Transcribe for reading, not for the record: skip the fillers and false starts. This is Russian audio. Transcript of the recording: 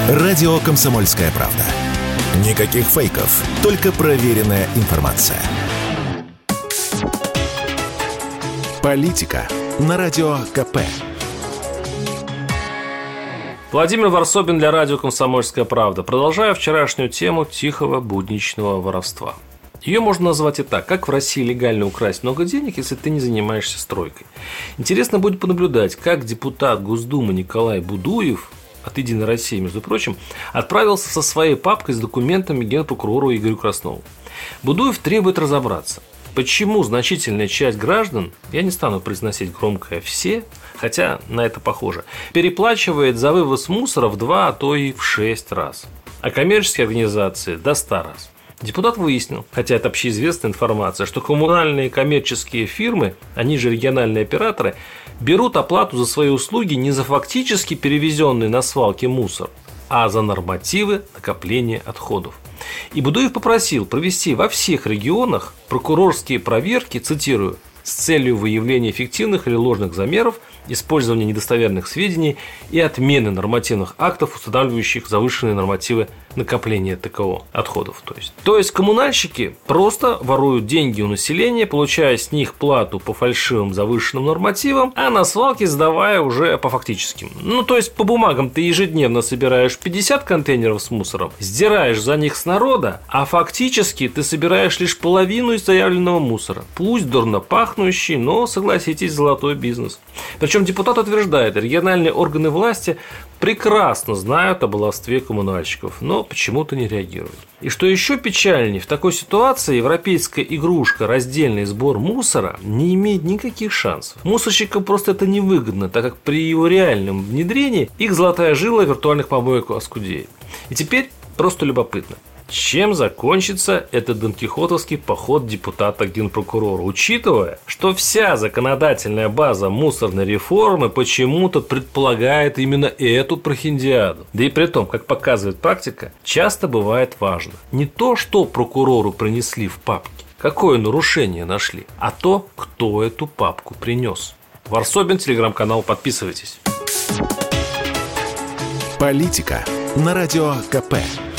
Радио «Комсомольская правда». Никаких фейков, только проверенная информация. Политика на Радио КП. Владимир Варсобин для радио «Комсомольская правда». Продолжаю вчерашнюю тему тихого будничного воровства. Ее можно назвать и так: как в России легально украсть много денег, если ты не занимаешься стройкой. Интересно будет понаблюдать, как депутат Госдумы Николай Будуев от «Единой России», между прочим, отправился со своей папкой с документами генпрокурору Игорю Краснову. Будуев требует разобраться, почему значительная часть граждан, я не стану произносить громкое «все», хотя на это похоже, переплачивает за вывоз мусора в 2, а то и в 6 раз, а коммерческие организации до 100 раз. Депутат выяснил, хотя это общеизвестная информация, что коммунальные коммерческие фирмы, они же региональные операторы, берут оплату за свои услуги не за фактически перевезенный на свалке мусор, а за нормативы накопления отходов. И Будуев попросил провести во всех регионах прокурорские проверки, цитирую, с целью выявления фиктивных или ложных замеров, использования недостоверных сведений и отмены нормативных актов, устанавливающих завышенные нормативы накопления ТКО отходов. То есть коммунальщики просто воруют деньги у населения, получая с них плату по фальшивым завышенным нормативам, а на свалке сдавая уже по фактическим. То есть по бумагам ты ежедневно собираешь 50 контейнеров с мусором, сдираешь за них с народа, а фактически ты собираешь лишь половину из заявленного мусора. Пусть дурно пахнущий, но, согласитесь, золотой бизнес. Причем депутат утверждает, региональные органы власти прекрасно знают о баловстве коммунальщиков, но почему-то не реагируют. И что еще печальнее, в такой ситуации европейская игрушка «раздельный сбор мусора» не имеет никаких шансов. Мусорщикам просто это невыгодно, так как при его реальном внедрении их золотая жила виртуальных помоек оскудеет. И теперь просто любопытно. Чем закончится этот донкихотовский поход депутата к генпрокурору, учитывая, что вся законодательная база мусорной реформы почему-то предполагает именно эту прохиндиаду. Да и при том, как показывает практика, часто бывает важно не то, что прокурору принесли в папке, какое нарушение нашли, а то, кто эту папку принес. Варсобин, телеграм-канал, подписывайтесь. Политика на Радио КП.